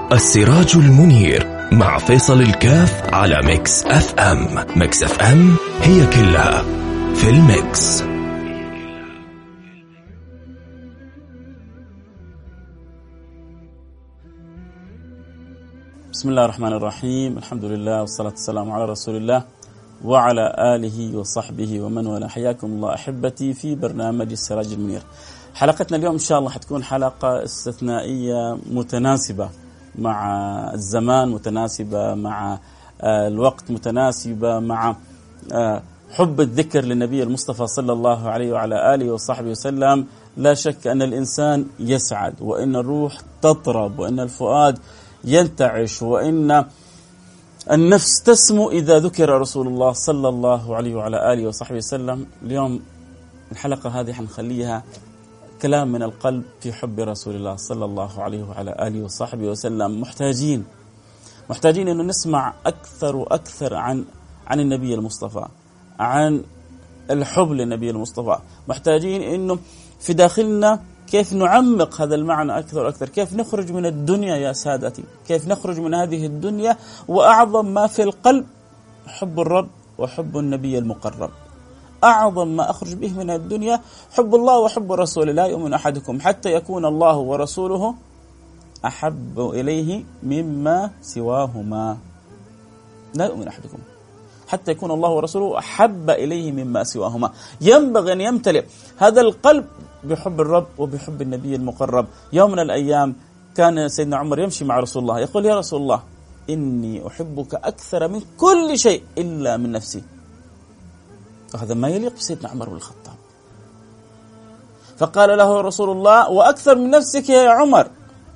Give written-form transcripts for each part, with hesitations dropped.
السراج المنير مع فيصل الكاف على ميكس اف ام. ميكس اف ام هي كلها في الميكس. بسم الله الرحمن الرحيم، الحمد لله والصلاة والسلام على رسول الله وعلى آله وصحبه ومن والاه. حياكم الله أحبتي في برنامج السراج المنير. حلقتنا اليوم إن شاء الله حتكون حلقة استثنائية متناسبة مع الزمان، متناسبة مع الوقت، متناسبة مع حب الذكر للنبي المصطفى صلى الله عليه وعلى آله وصحبه وسلم. لا شك أن الإنسان يسعد، وإن الروح تطرب، وإن الفؤاد ينتعش، وإن النفس تسمو إذا ذكر رسول الله صلى الله عليه وعلى آله وصحبه وسلم. اليوم الحلقة هذه حنخليها كلام من القلب في حب رسول الله صلى الله عليه وعلى آله وصحبه وسلم. محتاجين أنه نسمع أكثر وأكثر عن النبي المصطفى، عن الحب للنبي المصطفى. محتاجين أنه في داخلنا كيف نعمق هذا المعنى أكثر وأكثر، كيف نخرج من الدنيا يا سادتي، كيف نخرج من هذه الدنيا وأعظم ما في القلب حب الرب وحب النبي المقرب. أعظم ما أخرج به من الدنيا حب الله وحب رسوله. لا يؤمن أحدكم حتى يكون الله ورسوله أحب إليه مما سواهما. لا يؤمن أحدكم حتى يكون الله ورسوله أحب إليه مما سواهما. ينبغي أن يمتلئ هذا القلب بحب الرب وبحب النبي المقرب. يوم من الأيام كان سيدنا عمر يمشي مع رسول الله يقول: يا رسول الله، إني أحبك أكثر من كل شيء إلا من نفسي. وهذا ما يليق بسيدنا عمر بن الخطاب. فقال له رسول الله: وأكثر من نفسك يا عمر.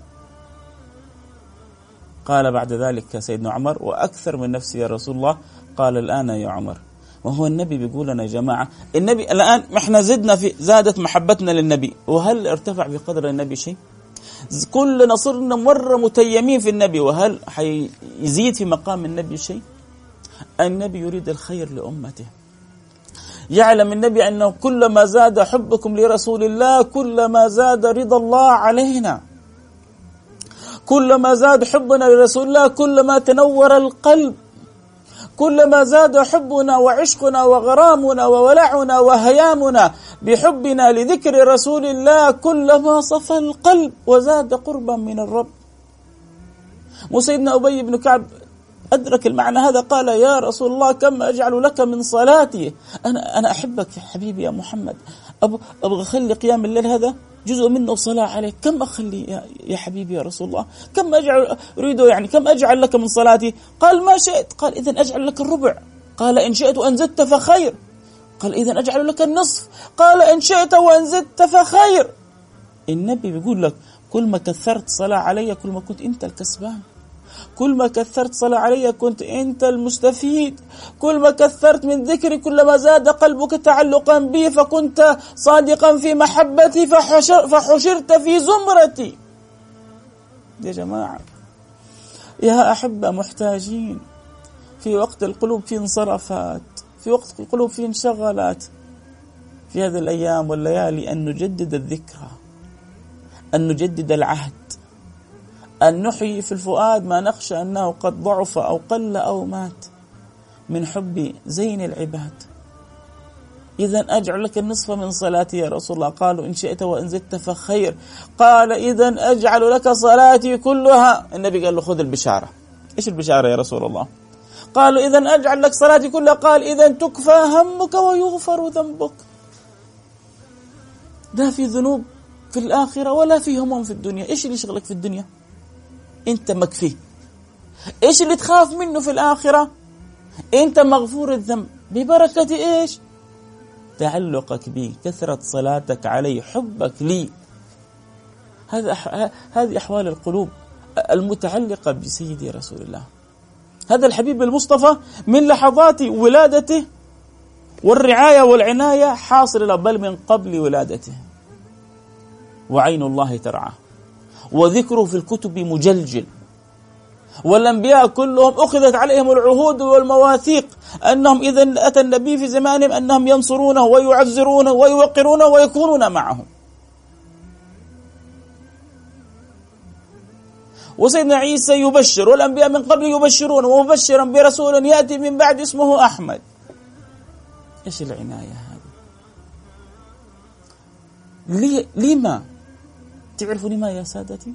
قال بعد ذلك سيدنا عمر: وأكثر من نفسي يا رسول الله. قال: الآن يا عمر. وهو النبي بيقول لنا يا جماعة، النبي الآن احنا زادت محبتنا للنبي، وهل ارتفع بقدر النبي شيء؟ كلنا صرنا مرة متيمين في النبي، وهل حيزيد في مقام النبي شيء؟ النبي يريد الخير لأمته. يعلم النبي أنه كلما زاد حبكم لرسول الله كلما زاد رضا الله علينا، كلما زاد حبنا لرسول الله كلما تنور القلب، كلما زاد حبنا وعشقنا وغرامنا وولعنا وهيامنا بحبنا لذكر رسول الله كلما صفى القلب وزاد قربا من الرب. وسيدنا أبي بن كعب أدرك المعنى هذا، قال: يا رسول الله، كم أجعل لك من صلاتي؟ أنا أحبك يا حبيبي يا محمد، أبغى أخلي قيام الليل هذا جزء منه صلاة عليك، كم أخلي يا حبيبي يا رسول الله؟ كم أريده، يعني كم أجعل لك من صلاتي؟ قال: ما شئت. قال: إذن أجعل لك الربع. قال: إن شئت وأن زدت فخير. قال: إذن أجعل لك النصف. قال: إن شئت وأن زدت فخير. النبي بيقول لك كل ما كثرت صلاة علي كل ما كنت أنت الكسبان، كل ما كثرت صلاة علي كنت أنت المستفيد، كل ما كثرت من ذكري كلما زاد قلبك تعلقا بي فكنت صادقا في محبتي فحشرت في زمرتي. يا جماعة يا أحبة، محتاجين في وقت القلوب في انصرافات، في وقت القلوب في انشغالات، في هذه الأيام والليالي أن نجدد الذكرى، أن نجدد العهد، أن نحيي في الفؤاد ما نخشى أنه قد ضعف أو قل أو مات من حب زين العباد. إذن أجعل لك النصف من صلاتي يا رسول الله. قالوا: إن شئت وإن زدت فخير. قال: إذن أجعل لك صلاتي كلها. النبي قال له: خذ البشارة. إيش البشارة يا رسول الله؟ قالوا: إذن أجعل لك صلاتي كلها. قال: إذن تكفى همك ويغفر ذنبك. لا في ذنوب في الآخرة ولا في هموم في الدنيا. إيش اللي يشغلك في الدنيا؟ أنت مكفي. إيش اللي تخاف منه في الآخرة؟ أنت مغفور الذنب ببركة إيش؟ تعلقك بي، كثرة صلاتك علي، حبك لي. هذه أحوال القلوب المتعلقة بسيدي رسول الله. هذا الحبيب المصطفى من لحظات ولادته والرعاية والعناية حاصلة، بل من قبل ولادته. وعين الله ترعى، وذكره في الكتب مجلجل، والأنبياء كلهم أخذت عليهم العهود والمواثيق أنهم إذا أتى النبي في زمانهم أنهم ينصرونه ويعزرونه ويوقرونه ويكونون معهم. وسيدنا عيسى يبشر، والأنبياء من قبل يبشرون، ومبشرا برسول يأتي من بعد اسمه أحمد. إيش العناية هذه؟ لما؟ تعرفوا لما يا سادتي؟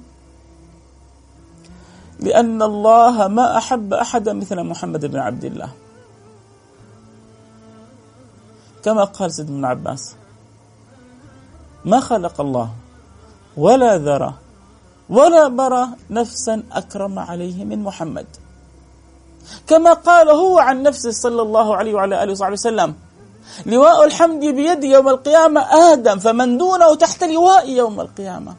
لأن الله ما أحب أحدا مثل محمد بن عبد الله، كما قال سيدنا ابن عباس: ما خلق الله ولا ذرى ولا برى نفسا أكرم عليه من محمد. كما قال هو عن نفسه صلى الله عليه وعلى آله وصحبه وسلم: لواء الحمد بيدي يوم القيامة آدم، فمن دونه تحت لواء يوم القيامة.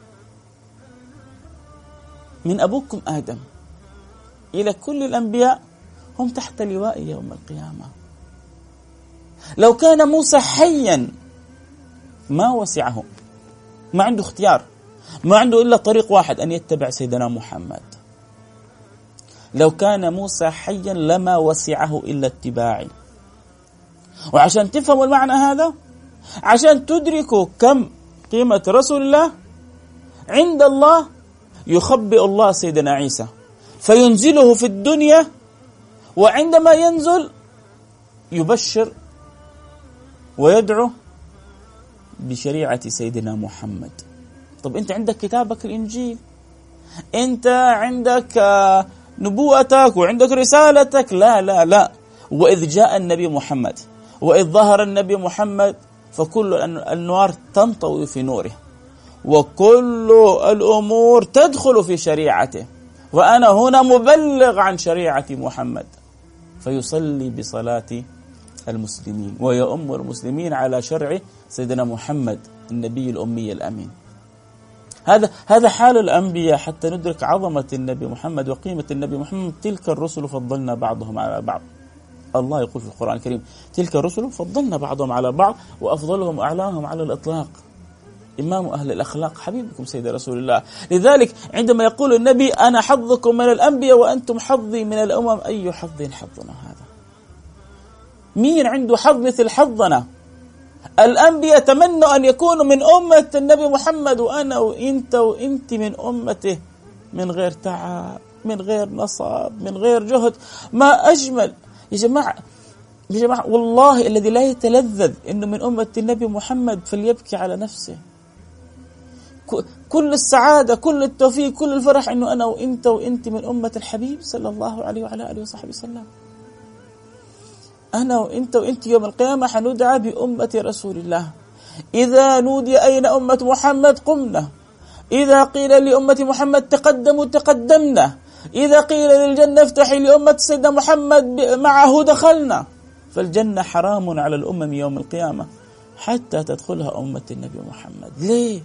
من أبوكم آدم إلى كل الأنبياء هم تحت لواء يوم القيامة. لو كان موسى حيا ما وسعه، ما عنده اختيار، ما عنده إلا طريق واحد، أن يتبع سيدنا محمد. لو كان موسى حيا لما وسعه إلا اتباعي. وعشان تفهموا المعنى هذا، عشان تدركوا كم قيمة رسول الله عند الله، يخبئ الله سيدنا عيسى فينزله في الدنيا، وعندما ينزل يبشر ويدعو بشريعة سيدنا محمد. طب أنت عندك كتابك الإنجيل، أنت عندك نبوءتك وعندك رسالتك. لا لا لا. وإذ جاء النبي محمد وإذ ظهر النبي محمد فكل الأنوار تنطوي في نوره، وكل الأمور تدخل في شريعته، وأنا هنا مبلغ عن شريعة محمد. فيصلي بصلاة المسلمين ويؤم المسلمين على شرع سيدنا محمد النبي الأمي الأمين. هذا حال الأنبياء حتى ندرك عظمة النبي محمد وقيمة النبي محمد. تلك الرسل فضلنا بعضهم على بعض. الله يقول في القرآن الكريم: تلك الرسل فضلنا بعضهم على بعض وأفضلهم أعلاهم على الإطلاق إمام أهل الأخلاق حبيبكم سيد رسول الله. لذلك عندما يقول النبي: أنا حظكم من الأنبياء وأنتم حظي من الأمم، أي حظ حظنا هذا؟ مين عنده حظ مثل حظنا؟ الأنبياء تمنوا أن يكونوا من أمة النبي محمد، وأنا وإنت من أمته، من غير تعب، من غير نصب، من غير جهد. ما أجمل يا جماعة والله الذي لا يتلذذ إنه من أمة النبي محمد فليبكي على نفسه. كل السعادة، كل التوفيق، كل الفرح إنه أنا وإنت من أمة الحبيب صلى الله عليه وعلى آله وصحبه وسلم. أنا وإنت يوم القيامة حندعى بأمة رسول الله. إذا نودي أين أمة محمد قمنا، إذا قيل لأمة محمد تقدموا تقدمنا، إذا قيل للجنة افتحي لأمة سيدنا محمد معه دخلنا. فالجنة حرام على الأمم يوم القيامة حتى تدخلها أمة النبي محمد. ليه؟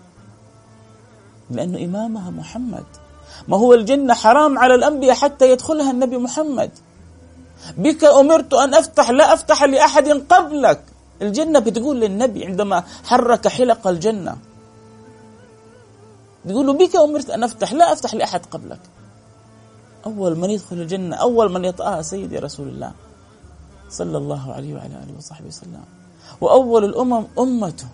لأنه إمامها محمد. ما هو الجنة حرام على الأنبياء حتى يدخلها النبي محمد. بك أمرت أن أفتح، لا أفتح لأحد قبلك. الجنة بتقول للنبي عندما حرك حلق الجنة، بيقول له: بك أمرت أن أفتح، لا أفتح لأحد قبلك. أول من يدخل الجنة، أول من يطأها سيدي رسول الله صلى الله عليه وعلى آله وصحبه وسلم، وأول الأمم أمته.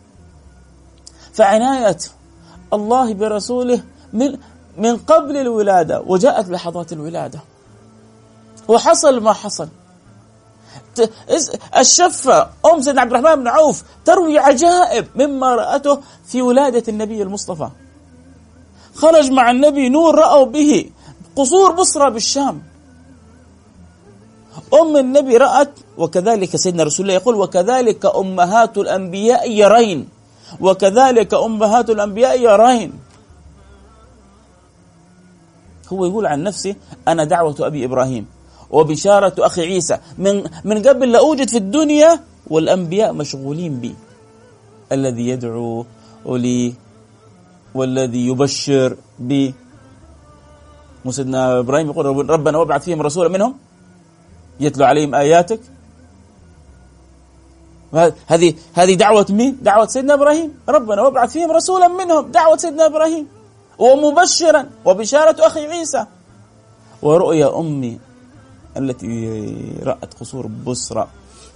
فعناية الله برسوله من قبل الولادة، وجاءت لحظات الولادة وحصل ما حصل. الشفة أم سيدنا عبد الرحمن بن عوف تروي عجائب مما رأته في ولادة النبي المصطفى. خرج مع النبي نور رأوا به قصور بصرى بالشام. أم النبي رأت، وكذلك سيدنا رسول الله يقول: وكذلك أمهات الأنبياء يرين، وكذلك أمهات الأنبياء يرين. هو يقول عن نفسه: أنا دعوة أبي إبراهيم وبشارة أخي عيسى من قبل لا أوجد في الدنيا، والأنبياء مشغولين بي. الذي يدعو لي والذي يبشر بي. سيدنا إبراهيم يقول: ربنا وابعث فيهم رسولا منهم يتلو عليهم آياتك. هذه دعوة مين؟ دعوة سيدنا إبراهيم. ربنا وابعث فيهم رسولا منهم، دعوة سيدنا إبراهيم. ومبشرا وبشارة أخي عيسى. ورؤيا أمي التي رأت قصور بصرى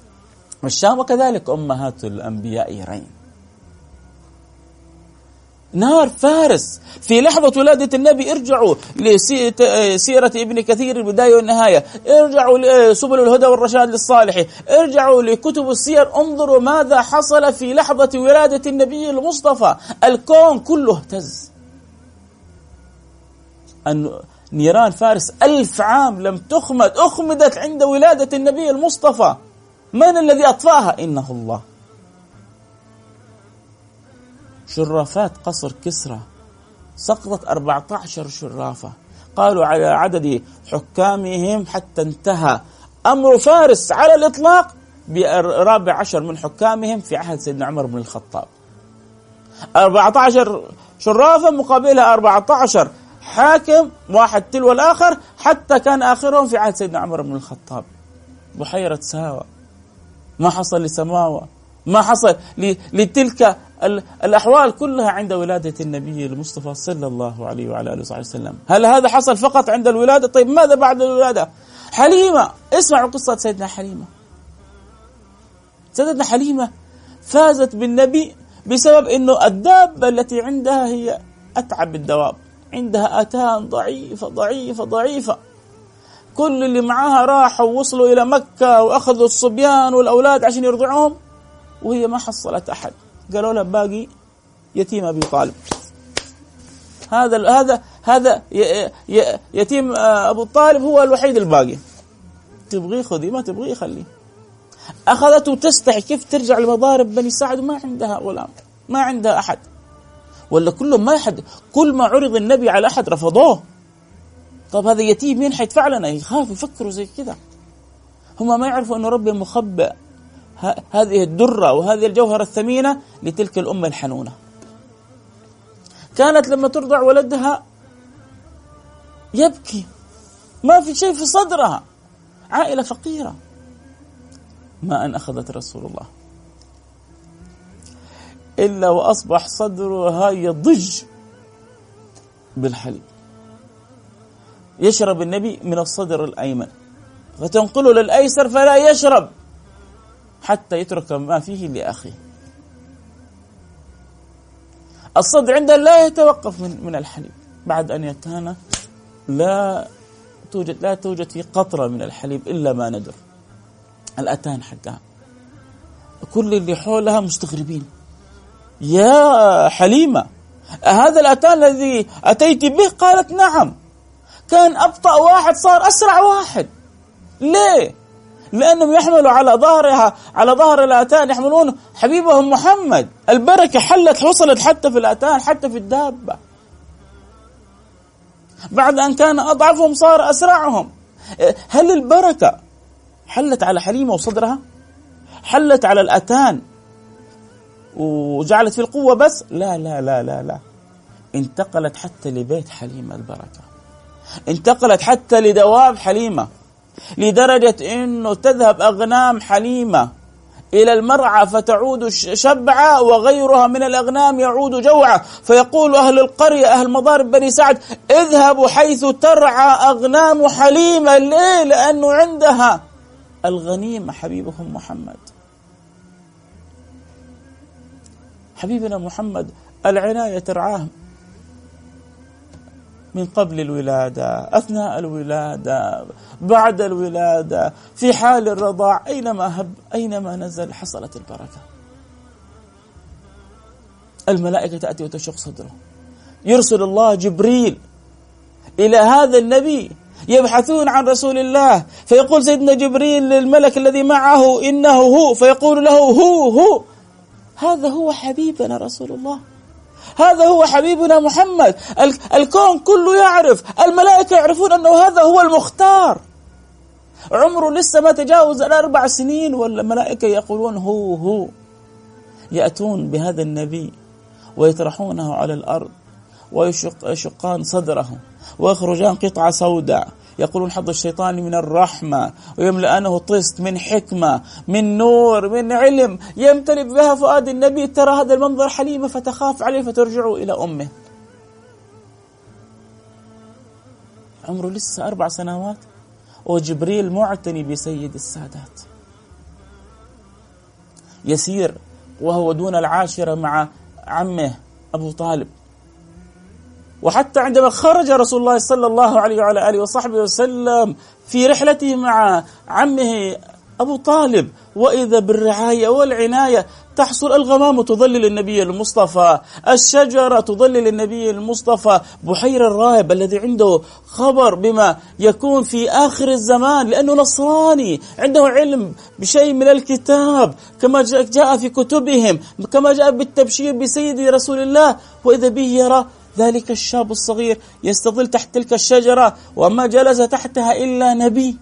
والشام، وكذلك أمهات الأنبياء يرين. نار فارس في لحظة ولادة النبي. ارجعوا لسيرة ابن كثير البداية والنهاية، ارجعوا لسبل الهدى والرشاد للصالح، ارجعوا لكتب السير، انظروا ماذا حصل في لحظة ولادة النبي المصطفى. الكون كله اهتز. نيران فارس 1000 عام لم تخمد، أخمدت عند ولادة النبي المصطفى. من الذي أطفاها؟ إنه الله. شرافات قصر كسرى سقطت 14 شرافة، قالوا على عدد حكامهم حتى انتهى أمر فارس على الإطلاق ب14 من حكامهم في عهد سيدنا عمر بن الخطاب. 14 شرافة مقابلها 14 حاكم، واحد تلو الآخر، حتى كان آخرهم في عهد سيدنا عمر بن الخطاب. بحيرة ساوى ما حصل لسماوة، ما حصل لتلك الأحوال كلها عند ولادة النبي المصطفى صلى الله عليه وعلى آله وصحبه وسلم. هل هذا حصل فقط عند الولادة؟ طيب ماذا بعد الولادة؟ حليمة، اسمعوا قصة سيدنا حليمة. سيدنا حليمة فازت بالنبي بسبب أنه الدابة التي عندها هي أتعب الدواب، عندها آتان ضعيفة ضعيفة ضعيفة. كل اللي معاها راحوا ووصلوا إلى مكة وأخذوا الصبيان والأولاد عشان يرضعوهم، وهي ما حصلت أحد. قالوا لها باقي يتيم أبي طالب. هذا يتيم أبو طالب هو الوحيد الباقي. تبغي خذي، ما تبغي خليه. أخذته تستحي كيف ترجع لمضارب بني سعد وما عندها غلام، ما عندها أحد. ولا كلهم ما حد، كل ما عرض النبي على أحد رفضوه. طب هذا يتيم مين حيدفع لنا؟ يخافوا يفكروا زي كذا. هم ما يعرفوا أن ربي مخبئ هذه الدرة وهذه الجوهرة الثمينة لتلك الأمة الحنونة. كانت لما ترضع ولدها يبكي، ما في شيء في صدرها، عائلة فقيرة. ما أن أخذت رسول الله إلا وأصبح صدرها يضج بالحليب. يشرب النبي من الصدر الأيمن فتنقله للأيسر فلا يشرب حتى يترك ما فيه لأخيه. الصدر عنده لا يتوقف من الحليب. بعد أن يتهانى لا توجد فيه قطرة من الحليب إلا ما ندر. الأتان حقها كل اللي حولها مستغربين. يا حليمة، هذا الأتان الذي أتيت به؟ قالت نعم. كان أبطأ واحد صار أسرع واحد. ليه؟ لأنهم يحملوا على ظهر الأتان، يحملون حبيبهم محمد. البركة حصلت حتى في الأتان، حتى في الدابة. بعد أن كان أضعفهم صار أسرعهم. هل البركة حلت على حليمة وصدرها؟ حلت على الأتان وجعلت في القوة بس؟ لا لا لا لا لا، انتقلت حتى لبيت حليمة البركة، انتقلت حتى لدواب حليمة، لدرجة أنه تذهب أغنام حليمة إلى المرعى فتعود شبعة وغيرها من الأغنام يعود جوعة. فيقول أهل القرية، أهل مضارب بني سعد، اذهبوا حيث ترعى أغنام حليمة. ليه؟ لأنه عندها الغنيمة حبيبهم محمد. حبيبنا محمد العناية ترعاه من قبل الولادة، أثناء الولادة، بعد الولادة، في حال الرضاع، أينما نزل حصلت البركة. الملائكة تأتي وتشق صدره، يرسل الله جبريل إلى هذا النبي يبحثون عن رسول الله، فيقول سيدنا جبريل للملك الذي معه إنه هو، فيقول له هو هذا هو حبيبنا رسول الله، هذا هو حبيبنا محمد. الكون كله يعرف، الملائكة يعرفون أنه هذا هو المختار. عمره لسه ما تجاوز 4 سنين والملائكة يقولون هو. يأتون بهذا النبي ويطرحونه على الأرض ويشقان صدره ويخرجان قطعة سوداء، يقولون حظ الشيطان من الرحمة، ويملأنه طست من حكمة، من نور، من علم، يمتلئ بها فؤاد النبي. ترى هذا المنظر حليمة فتخاف عليه فترجعه إلى أمه. عمره لسه 4 سنوات وجبريل معتني بسيد السادات. يسير وهو دون العاشرة مع عمه أبو طالب وحتى عندما خرج رسول الله صلى الله عليه وعلى آله وصحبه وسلم في رحلته مع عمه أبو طالب، وإذا بالرعاية والعناية تحصل الغمام تظلل النبي المصطفى، الشجرة تظلل النبي المصطفى، بحير الراهب الذي عنده خبر بما يكون في آخر الزمان لأنه نصراني عنده علم بشيء من الكتاب كما جاء في كتبهم، كما جاء بالتبشير بسيد رسول الله، وإذا به يرى ذلك الشاب الصغير يستظل تحت تلك الشجرة وما جلس تحتها إلا نبي،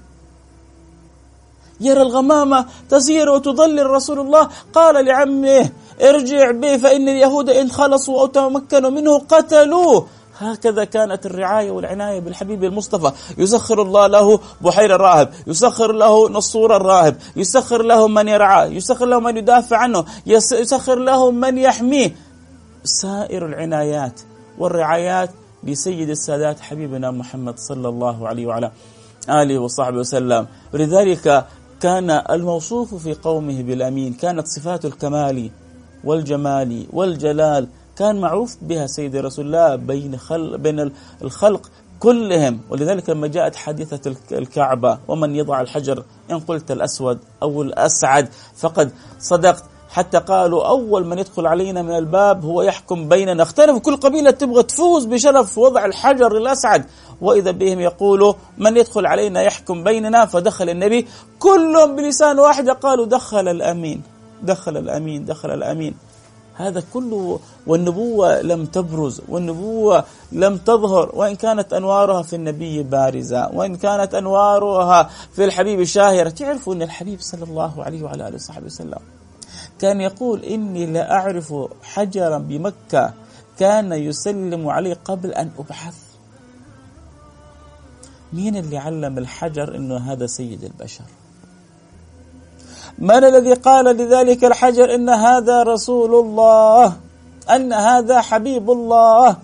يرى الغمامة تسير وتظلل رسول الله، قال لعمه ارجع به فإن اليهود إن خلصوا أو تمكنوا منه قتلوه. هكذا كانت الرعاية والعناية بالحبيب المصطفى. يسخر الله له بحير الراهب، يسخر له نصور الراهب، يسخر له من يرعاه، يسخر له من يدافع عنه، يسخر له من يحميه، سائر العنايات والرعايات لسيد السادات حبيبنا محمد صلى الله عليه وعلى آله وصحبه وسلم. ولذلك كان الموصوف في قومه بالأمين، كانت صفات الكمال والجمال والجلال كان معروف بها سيد رسول الله بين الخلق كلهم. ولذلك لما جاءت حادثة الكعبة ومن يضع الحجر إن قلت الأسود أو الأسعد فقد صدقت، حتى قالوا أول من يدخل علينا من الباب هو يحكم بيننا، اختلفوا كل قبيلة تبغى تفوز بشرف وضع الحجر الأسعد، وإذا بهم يقولوا من يدخل علينا يحكم بيننا، فدخل النبي كلهم بلسان واحد قالوا دخل الأمين دخل الأمين دخل الأمين. هذا كله والنبوة لم تبرز والنبوة لم تظهر، وإن كانت أنوارها في النبي بارزة وإن كانت أنوارها في الحبيب شاهرة. تعرفوا أن الحبيب صلى الله عليه وعلى آله وصحبه وسلم كان يقول إني لا أعرف حجرا بمكة كان يسلم عليه قبل أن أبعث. مين اللي علم الحجر إنه هذا سيد البشر؟ من الذي قال لذلك الحجر إن هذا رسول الله، أن هذا حبيب الله؟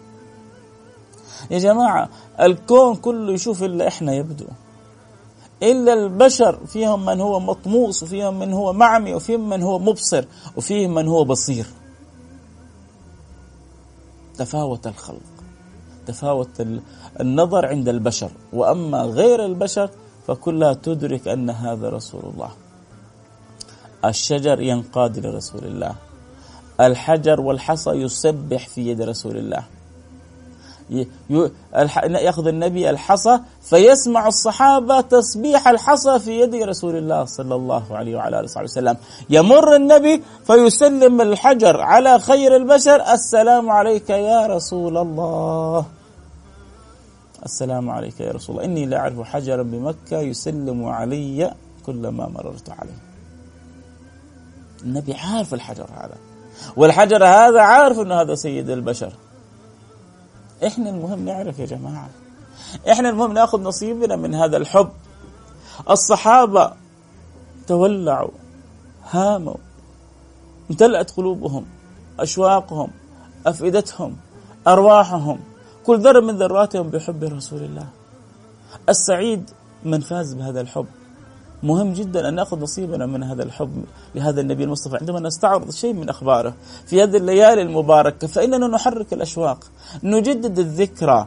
يا جماعة الكون كله يشوف إلا إحنا يبدو، إلا البشر فيهم من هو مطموس وفيهم من هو معمي وفيهم من هو مبصر وفيهم من هو بصير. تفاوت الخلق، تفاوت النظر عند البشر، وأما غير البشر فكلها تدرك أن هذا رسول الله. الشجر ينقاد لرسول الله، الحجر والحصى يسبح في يد رسول الله، يأخذ النبي الحصى فيسمع الصحابة تسبيح الحصى في يد رسول الله صلى الله عليه وعلى آله وسلم. يمر النبي فيسلم الحجر على خير البشر، السلام عليك يا رسول الله، السلام عليك يا رسول الله، إني لا أعرف حجرا بمكة يسلم علي كلما مررت عليه. النبي عارف الحجر هذا، والحجر هذا عارف أنه هذا سيد البشر. إحنا المهم نعرف يا جماعة، إحنا المهم نأخذ نصيبنا من هذا الحب. الصحابة تولعوا، هاموا، امتلأت قلوبهم، أشواقهم، أفئدتهم، أرواحهم، كل ذرة من ذراتهم بحب رسول الله. السعيد من فاز بهذا الحب. مهم جدا أن نأخذ نصيبنا من هذا الحب لهذا النبي المصطفى. عندما نستعرض شيء من أخباره في هذه الليالي المباركة فإننا نحرك الأشواق، نجدد الذكرى،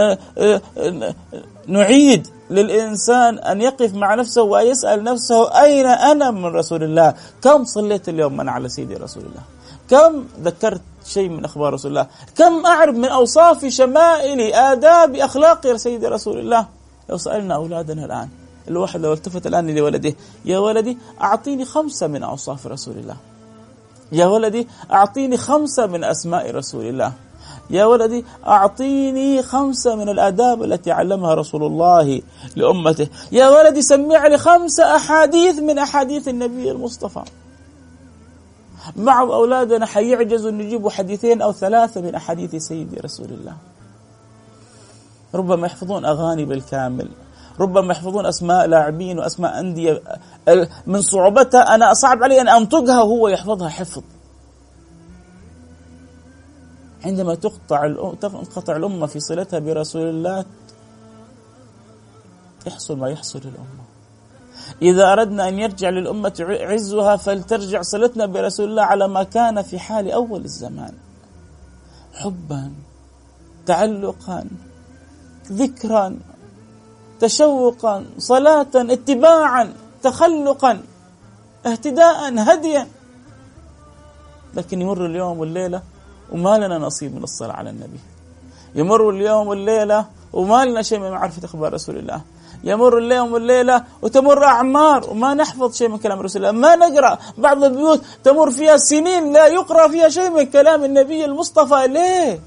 نعيد للإنسان أن يقف مع نفسه ويسأل نفسه أين أنا من رسول الله؟ كم صليت اليوم أنا على سيدي رسول الله؟ كم ذكرت شيء من أخبار رسول الله؟ كم أعرف من أوصاف شمائل آداب أخلاق سيدي رسول الله؟ لو سألنا أولادنا الآن، الواحد لو التفت الآن لولده، يا ولدي أعطيني 5 من أوصاف رسول الله، يا ولدي أعطيني 5 من أسماء رسول الله، يا ولدي أعطيني 5 من الآداب التي علمها رسول الله لأمته، يا ولدي سمع لي 5 أحاديث من أحاديث النبي المصطفى. مع أولادنا حيعجزوا أن يجيبوا 2 أو 3 من أحاديث سيدي رسول الله. ربما يحفظون أغاني بالكامل، ربما يحفظون أسماء لاعبين وأسماء أندية من صعوبتها أنا أصعب علي أن أنطقها وهو يحفظها حفظ. عندما تنقطع الأمة في صلتها برسول الله يحصل ما يحصل للأمة. إذا أردنا أن يرجع للأمة عزها فلترجع صلتنا برسول الله على ما كان في حال أول الزمان، حبا تعلقا، ذكرا، تشوقا، صلاة، اتباعا، تخلقا، اهتداء، هديا. لكن يمر اليوم والليلة وما لنا نصيب من الصلاة على النبي. يمر اليوم والليلة وما لنا شيء من معرفة أخبار رسول الله. يمر اليوم والليلة وتمر أعمار وما نحفظ شيء من كلام رسول الله، ما نقرأ. بعض البيوت تمر فيها سنين لا يقرأ فيها شيء من كلام النبي المصطفى. ليه؟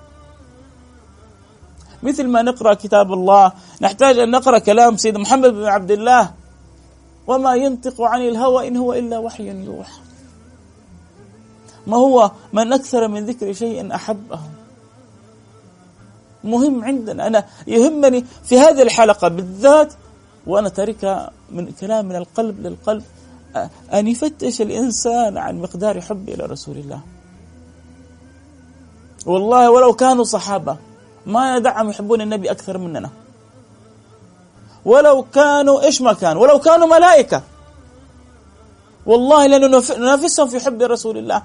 مثل ما نقرأ كتاب الله نحتاج أن نقرأ كلام سيد محمد بن عبد الله، وما ينطق عن الهوى إن هو إلا وحي يوحى. ما هو من أكثر من ذكر شيء أحبه. مهم عندنا، أنا يهمني في هذه الحلقة بالذات وأنا تاركها من كلام من القلب للقلب، أن يفتش الإنسان عن مقدار حبه إلى رسول الله. والله ولو كانوا صحابة ما ندعهم يحبون النبي أكثر مننا، ولو كانوا إيش ما كانوا، ولو كانوا ملائكة، والله لأنه ننافسهم في حب رسول الله.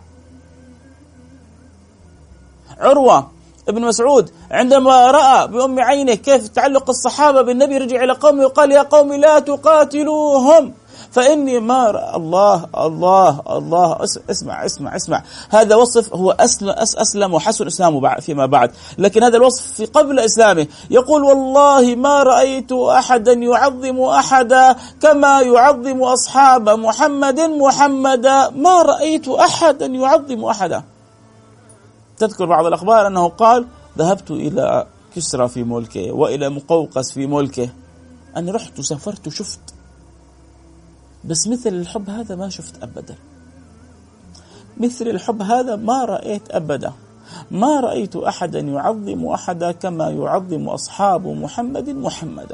عروة ابن مسعود عندما رأى بأم عينه كيف تعلق الصحابة بالنبي رجع إلى قومه وقال: يا قوم لا تقاتلوهم فإني ما رأى الله الله الله. اسمع اسمع اسمع، هذا وصف هو أسلم وحسن إسلامه فيما بعد، لكن هذا الوصف في قبل إسلامه. يقول: والله ما رأيت أحدا يعظم أحدا كما يعظم أصحاب محمدا، ما رأيت أحدا يعظم أحدا. تذكر بعض الأخبار أنه قال: ذهبت إلى كسرى في ملكه وإلى مقوقس في ملكه، أنا رحت وسافرت وشفت، بس مثل الحب هذا ما شفت أبدا، مثل الحب هذا ما رأيت أبدا. ما رأيت أحدا يعظم أحدا كما يعظم أصحاب محمدا.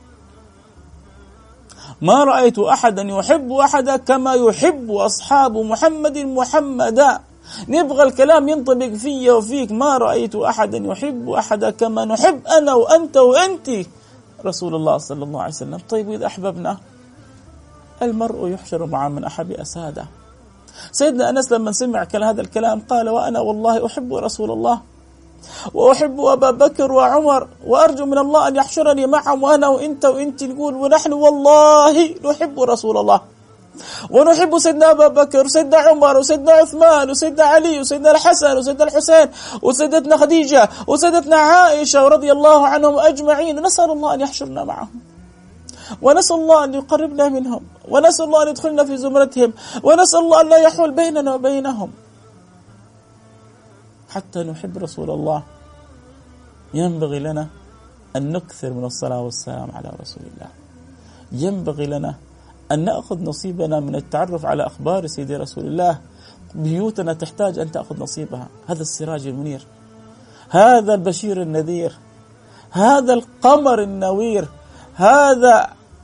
ما رأيت أحدا يحب أحدا كما يحب أصحاب محمدا. نبغى الكلام ينطبق في وفيك. ما رأيت أحدا يحب أحدا كما نحب أنا وأنت وأنت رسول الله صلى الله عليه وسلم. طيب وإذا أحببنا؟ المرء يحشر مع من أحب أساده. سيدنا أنس لما سمع هذا الكلام قال: وأنا والله أحب رسول الله وأحب أبا بكر وعمر وأرجو من الله أن يحشرني معهم وأنا وأنت وأنت. نقول ونحن والله نحب رسول الله ونحب سيدنا أبا بكر وسيدنا عمر وسيدنا عثمان وسيدنا علي وسيدنا الحسن وسيدنا الحسين وسيدتنا خديجة وسيدتنا عائشة رضي الله عنهم أجمعين. نسأل الله أن يحشرنا معهم، ونسأل الله أن يقربنا منهم، ونسأل الله أن يدخلنا في زمرتهم، ونسأل الله أن لا يحول بيننا وبينهم حتى نحب رسول الله. ينبغي لنا أن نكثر من الصلاة والسلام على رسول الله. ينبغي لنا أن نأخذ نصيبنا من التعرف على أخبار سيدي رسول الله. بيوتنا تحتاج أن تأخذ نصيبها. هذا السراج المنير، هذا البشير النذير، هذا القمر النوير، هذا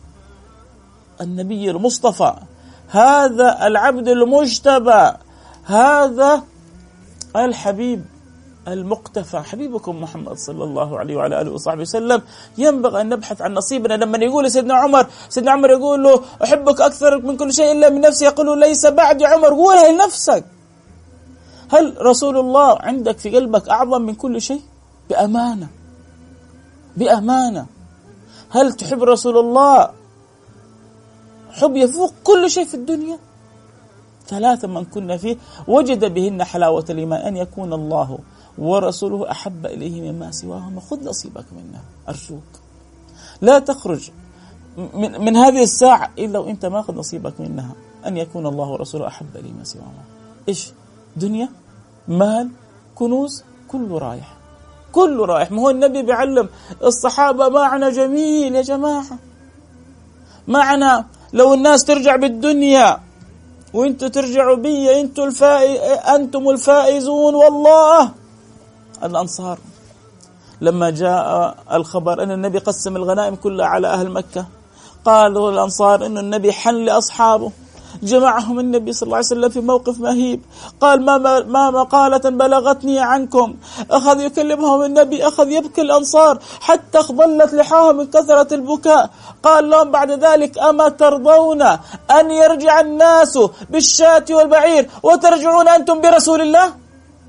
النبي المصطفى، هذا العبد المجتبى، هذا الحبيب المقتفى، حبيبكم محمد صلى الله عليه وعلى آله وصحبه وسلم. ينبغي أن نبحث عن نصيبنا. لما يقول سيدنا عمر يقول له: أحبك أكثر من كل شيء إلا من نفسي، يقول له: ليس بعد عمر. قولها لنفسك. هل رسول الله عندك في قلبك أعظم من كل شيء؟ بأمانة بأمانة. هل تحب رسول الله حب يفوق كل شيء في الدنيا؟ 3 من كنا فيه وجد بهن حلاوة الإيمان، أن يكون الله ورسوله أحب إليه مما سواهما. خذ نصيبك منها أرجوك. لا تخرج من هذه الساعة إلا وإنت ما أخذ نصيبك منها، أن يكون الله ورسوله أحب إليه مما سواهما. إيش؟ دنيا، مال، كنوز، كله رايح، كله رايح. ما هو النبي بيعلم الصحابة معنى جميل يا جماعة، معنى لو الناس ترجع بالدنيا وانتوا ترجعوا بي، أنتم الفائزون. والله الأنصار لما جاء الخبر أن النبي قسم الغنائم كلها على أهل مكة، قالوا الأنصار أن النبي حن لأصحابه، جمعهم النبي صلى الله عليه وسلم في موقف مهيب، قال: ما مقالة بلغتني عنكم. أخذ يكلمهم النبي، أخذ يبكي الأنصار حتى اخضلت لحاهم من كثرة البكاء. قال لهم بعد ذلك: أما ترضون أن يرجع الناس بالشاة والبعير وترجعون أنتم برسول الله؟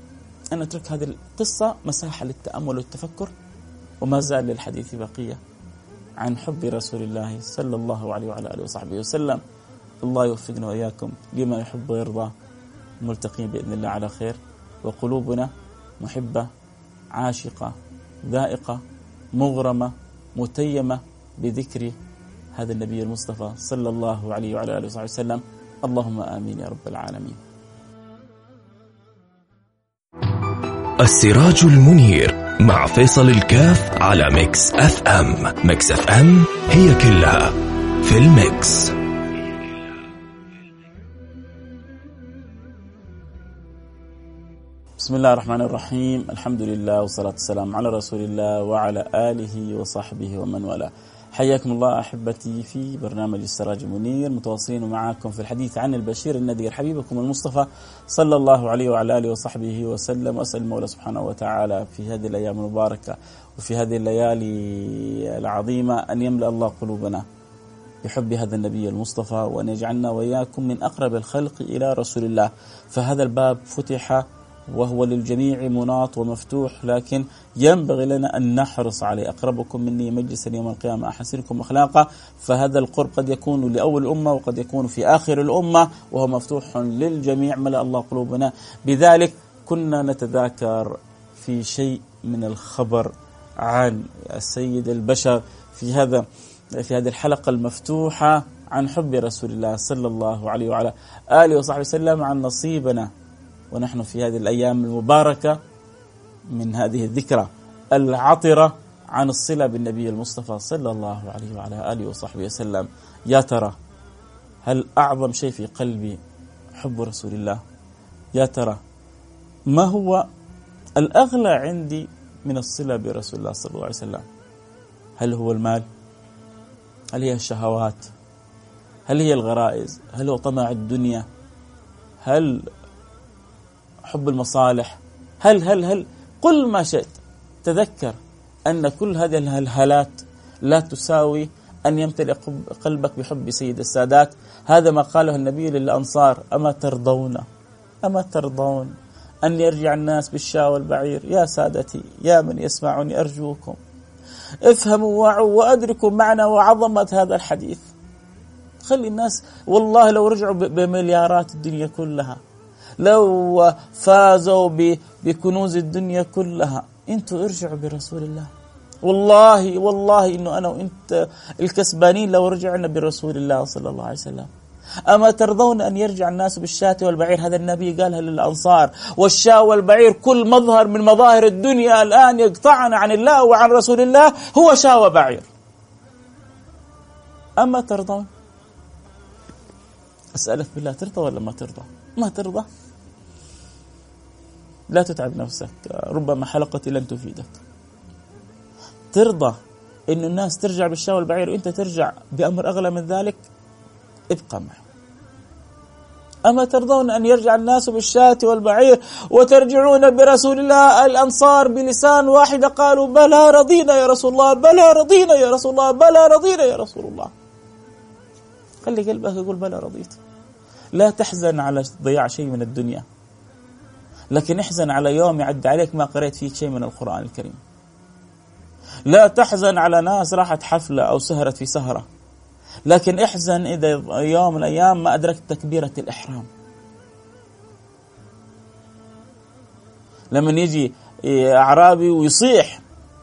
أن نترك هذه القصة مساحة للتأمل والتفكر، وما زال للحديث بقية عن حب رسول الله صلى الله عليه وعلى آله وصحبه وسلم. الله يوفقنا وإياكم لما يحب ويرضى، ملتقين بإذن الله على خير، وقلوبنا محبة عاشقة ذائقة مغرمة متيمة بذكر هذا النبي المصطفى صلى الله عليه وعلى آله وصحبه وسلم. اللهم آمين يا رب العالمين. السراج المنير مع فيصل الكاف على ميكس اف ام. ميكس اف ام هي كلها في الميكس. بسم الله الرحمن الرحيم، الحمد لله والصلاة والسلام على رسول الله وعلى آله وصحبه ومن والاه. حياكم الله أحبتي في برنامج السراج المنير، متواصلين معكم في الحديث عن البشير النذير حبيبكم المصطفى صلى الله عليه وعلى آله وصحبه وسلم. وأسأل المولى سبحانه وتعالى في هذه الأيام المباركة وفي هذه الليالي العظيمة أن يملأ الله قلوبنا بحب هذا النبي المصطفى، وأن يجعلنا وإياكم من أقرب الخلق إلى رسول الله. فهذا الباب فتح وهو للجميع مناط ومفتوح، لكن ينبغي لنا أن نحرص عليه. أقربكم مني مجلسا يوم القيامة أحسنكم أخلاقا. فهذا القرب قد يكون لأول الأمة وقد يكون في آخر الأمة، وهو مفتوح للجميع. ملأ الله قلوبنا بذلك. كنا نتذاكر في شيء من الخبر عن السيد البشر في هذه الحلقة المفتوحة عن حب رسول الله صلى الله عليه وعلى آله وصحبه وسلم، عن نصيبنا ونحن في هذه الأيام المباركة من هذه الذكرى العطرة عن الصلة بالنبي المصطفى صلى الله عليه وعلى آله وصحبه وسلم. يا ترى هل أعظم شيء في قلبي حب رسول الله؟ يا ترى ما هو الأغلى عندي من الصلة برسول الله صلى الله عليه وسلم؟ هل هو المال؟ هل هي الشهوات؟ هل هي الغرائز؟ هل هو طمع الدنيا؟ هل حب المصالح؟ هل قل ما شئت. تذكر أن كل هذه الهلهلات لا تساوي أن يمتلئ قلبك بحب سيد السادات. هذا ما قاله النبي للأنصار: أما ترضون أن يرجع الناس بالشاة والبعير؟ يا سادتي يا من يسمعني أرجوكم افهموا وعوا وأدركوا معنى وعظمة هذا الحديث. خلي الناس والله لو رجعوا بمليارات الدنيا كلها، لو فازوا بكنوز الدنيا كلها، انتوا ارجعوا برسول الله. والله إنه أنا وإنت الكسبانين لو رجعنا برسول الله صلى الله عليه وسلم. أما ترضون أن يرجع الناس بالشاة والبعير؟ هذا النبي قالها للأنصار. والشاة والبعير كل مظهر من مظاهر الدنيا الآن يقطعنا عن الله وعن رسول الله هو شاة وبعير. أما ترضون؟ أسألك بالله، ترضى ولا ما ترضى؟ ما ترضى لا تتعب نفسك، ربما حلقتي لن تفيدك. ترضى إن الناس ترجع بالشاة والبعير وإنت ترجع بأمر أغلى من ذلك؟ ابقى معه. أما ترضون أن يرجع الناس بالشاة والبعير وترجعون برسول الله؟ الأنصار بلسان واحد قالوا: بلى رضينا يا رسول الله، بلى رضينا يا رسول الله، بلى رضينا يا رسول الله. خلي قلبك يقول بلى رضيت. لا تحزن على ضياع شيء من الدنيا، لكن احزن على يوم يعدي عليك ما قرأت فيك شيء من القرآن الكريم. لا تحزن على ناس راحت حفلة أو سهرت في سهرة، لكن احزن إذا يوم من الأيام ما أدركت تكبيرة الإحرام. لما يجي أعرابي ويصيح،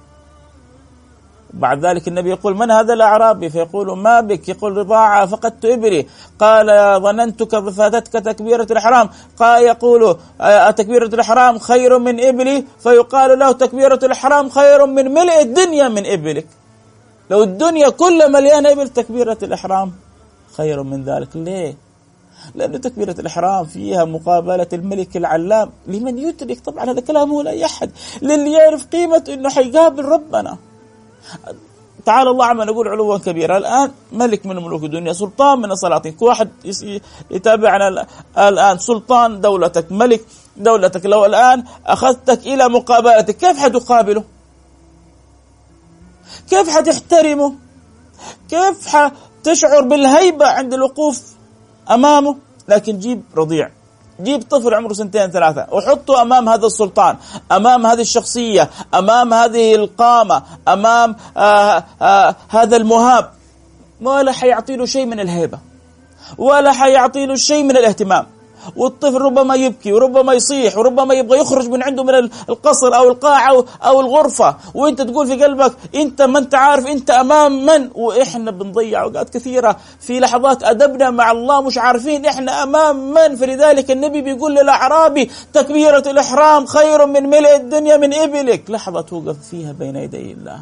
بعد ذلك النبي يقول: من هذا الأعرابي؟ فيقول: ما بك؟ يقول: رضاعة فقدت إبري. قال: ظننتك فاتتك تكبيرة الإحرام. قال: يقول: تكبيرة الإحرام خير من إبلي. فيقال له: تكبيرة الإحرام خير من ملء الدنيا من إبلك. لو الدنيا كلها مليانة إبل، تكبيرة الإحرام خير من ذلك. ليه؟ لأن تكبيرة الإحرام فيها مقابلة الملك العلام لمن يدرك. طبعا هذا كلامه لا يحد، للي يعرف قيمة إنه حيقابل ربنا. تعالى الله عما نقول علوا كبيرا. الآن ملك من ملوك الدنيا، سلطان من السلاطين، كل واحد يتابعنا الآن، سلطان دولتك، ملك دولتك، لو الآن أخذتك إلى مقابلتك كيف حتقابله؟ كيف حتحترمه؟ كيف حتشعر بالهيبة عند الوقوف أمامه؟ لكن جيب رضيع، جيب طفل عمره 2 3 وحطه أمام هذا السلطان، أمام هذه الشخصية، أمام هذه القامة، أمام هذا المهاب، ولا حيعطي له شيء من الهيبة، ولا حيعطي له شيء من الاهتمام. والطفل ربما يبكي وربما يصيح وربما يبغى يخرج من عنده من القصر أو القاعة أو الغرفة، وإنت تقول في قلبك أنت ما أنت عارف أنت أمام من. وإحنا بنضيع أوقات كثيرة في لحظات أدبنا مع الله مش عارفين إحنا أمام من. فلذلك النبي بيقول للأعرابي تكبيرة الإحرام خير من ملء الدنيا من إبلك. لحظة توقف فيها بين يدي الله،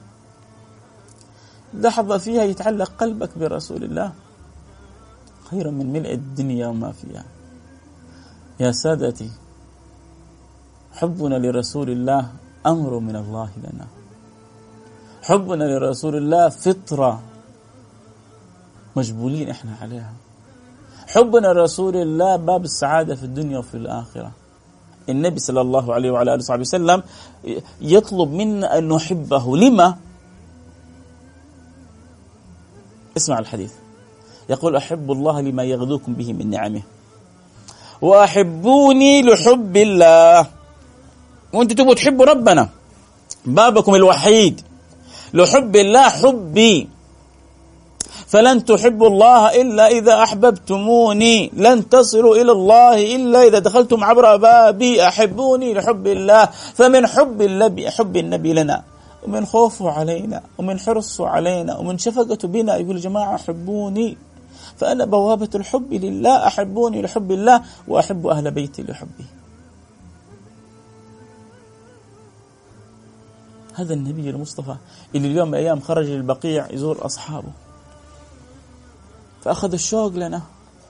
لحظة فيها يتعلق قلبك برسول الله، خير من ملء الدنيا وما فيها. يا سادتي، حبنا لرسول الله أمر من الله لنا، حبنا لرسول الله فطرة مجبولين إحنا عليها، حبنا لرسول الله باب السعادة في الدنيا وفي الآخرة. النبي صلى الله عليه وعلى آله وصحبه وسلم يطلب منا أن نحبه. لما؟ اسمع الحديث، يقول أحب الله لما يغذوكم به من نعمه وأحبوني لحب الله. وانتم تبغوا تحبوا ربنا، بابكم الوحيد لحب الله حبي. فلن تحبوا الله إلا إذا أحببتموني، لن تصلوا إلى الله إلا إذا دخلتم عبر بابي. أحبوني لحب الله. فمن حب النبي لنا، ومن خوفه علينا، ومن حرصه علينا، ومن شفقته بنا، يقول جماعة أحبوني، فأنا بوابة الحب لله. أحبوني لحب الله وأحب أهل بيتي لحبي. هذا النبي المصطفى اللي اليوم أيام خرج للبقيع يزور أصحابه، فأخذ الشوق لنا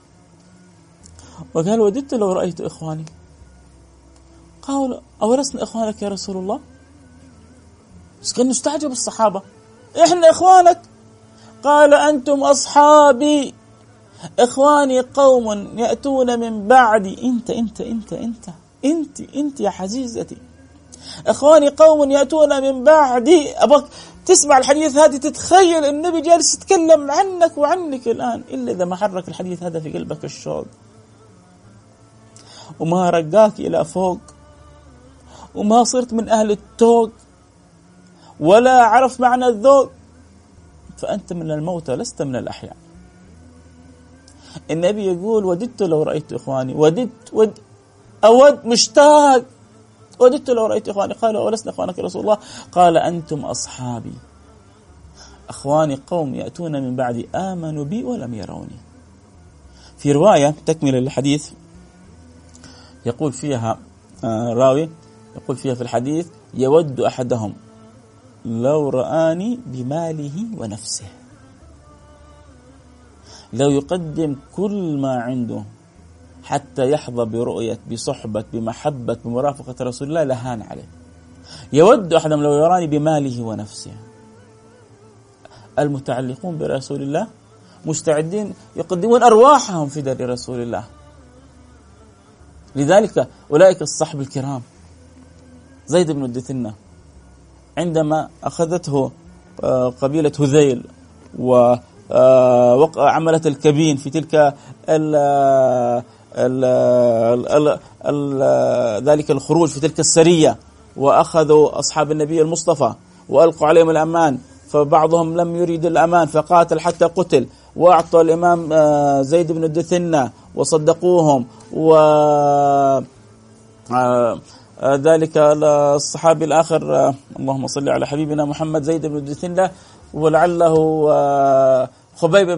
وقال وددت لو رأيت إخواني. قالوا أولسنا إخوانك يا رسول الله؟ بس كانوا استعجبوا الصحابة، إحنا إخوانك؟ قال أنتم أصحابي، إخواني قوم يأتون من بعدي. أنت يا حزيزتي، إخواني قوم يأتون من بعدي. أبغاك تسمع الحديث هذا تتخيل النبي جالس يتكلم عنك وعنك الآن، إلا إذا ما حرك الحديث هذا في قلبك الشوق وما رقاك إلى فوق وما صرت من أهل التوق ولا عرف معنى الذوق، فأنت من الموتى لست من الأحياء. النبي يقول وددت لو رأيت إخواني، أود مشتاق، وددت لو رأيت إخواني. قالوا ولسنا إخوانك يا رسول الله؟ قال أنتم أصحابي، أخواني قوم يأتون من بعدي آمنوا بي ولم يروني. في رواية تكمل الحديث يقول فيها راوي يقول فيها في الحديث يود أحدهم لو رآني بماله ونفسه، لو يقدم كل ما عنده حتى يحظى برؤية بصحبة بمحبة بمرافقة رسول الله لهان عليه. يود أحدهم لو يراني بماله ونفسه. المتعلقون برسول الله مستعدين يقدمون أرواحهم في دار رسول الله. لذلك أولئك الصحب الكرام، زيد بن الدثنة عندما أخذته قبيلة هذيل وعملت الكبين في تلك ذلك الخروج في تلك السرية، وأخذوا أصحاب النبي المصطفى وألقوا عليهم الأمان، فبعضهم لم يريد الأمان فقاتل حتى قتل، وأعطوا الإمام زيد بن الدثنة وصدقوهم، ذلك الصحابي الآخر اللهم صل على حبيبنا محمد زيد بن الدثنة، ولعله خبيب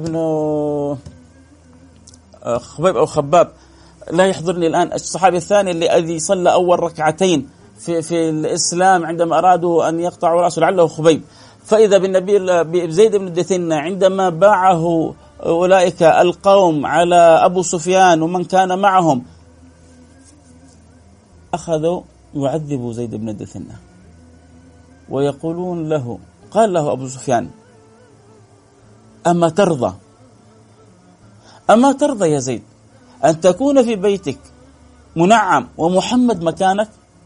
أو خباب لا يحضرني الآن، الصحابي الثاني الذي صلى أول ركعتين في الإسلام عندما أرادوا أن يقطعوا رأسه، لعله خبيب. فإذا بالنبي زيد بن الدثنة عندما باعه أولئك القوم على أبو سفيان ومن كان معهم، أخذوا يعذبوا زيد بن الدثنة ويقولون له، قال له أبو سفيان أما ترضى يا زيد أن تكون في بيتك منعم ومحمد مكانك؟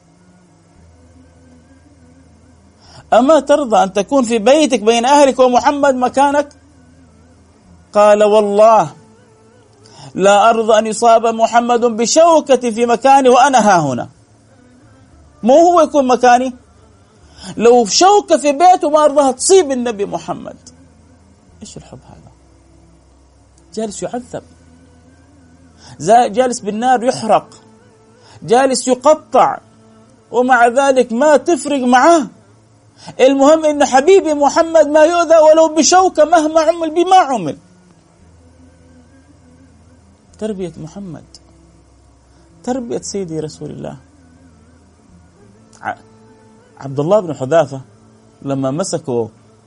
أما ترضى أن تكون في بيتك بين أهلك ومحمد مكانك؟ قال والله لا أرضى أن يصاب محمد بشوكة في مكاني وأنا ها هنا. مو هو يكون مكاني، لو شوكة في بيته ما أرضاها تصيب النبي محمد. إيش الحب هذا؟ جالس يعذب، جالس بالنار يحرق، جالس يقطع، ومع ذلك ما تفرق معاه. المهم إن حبيبي محمد ما يؤذى ولو بشوكة مهما عمل بما عمل. تربية محمد، تربية سيدي رسول الله. عبد الله بن حذافة لما مسكوا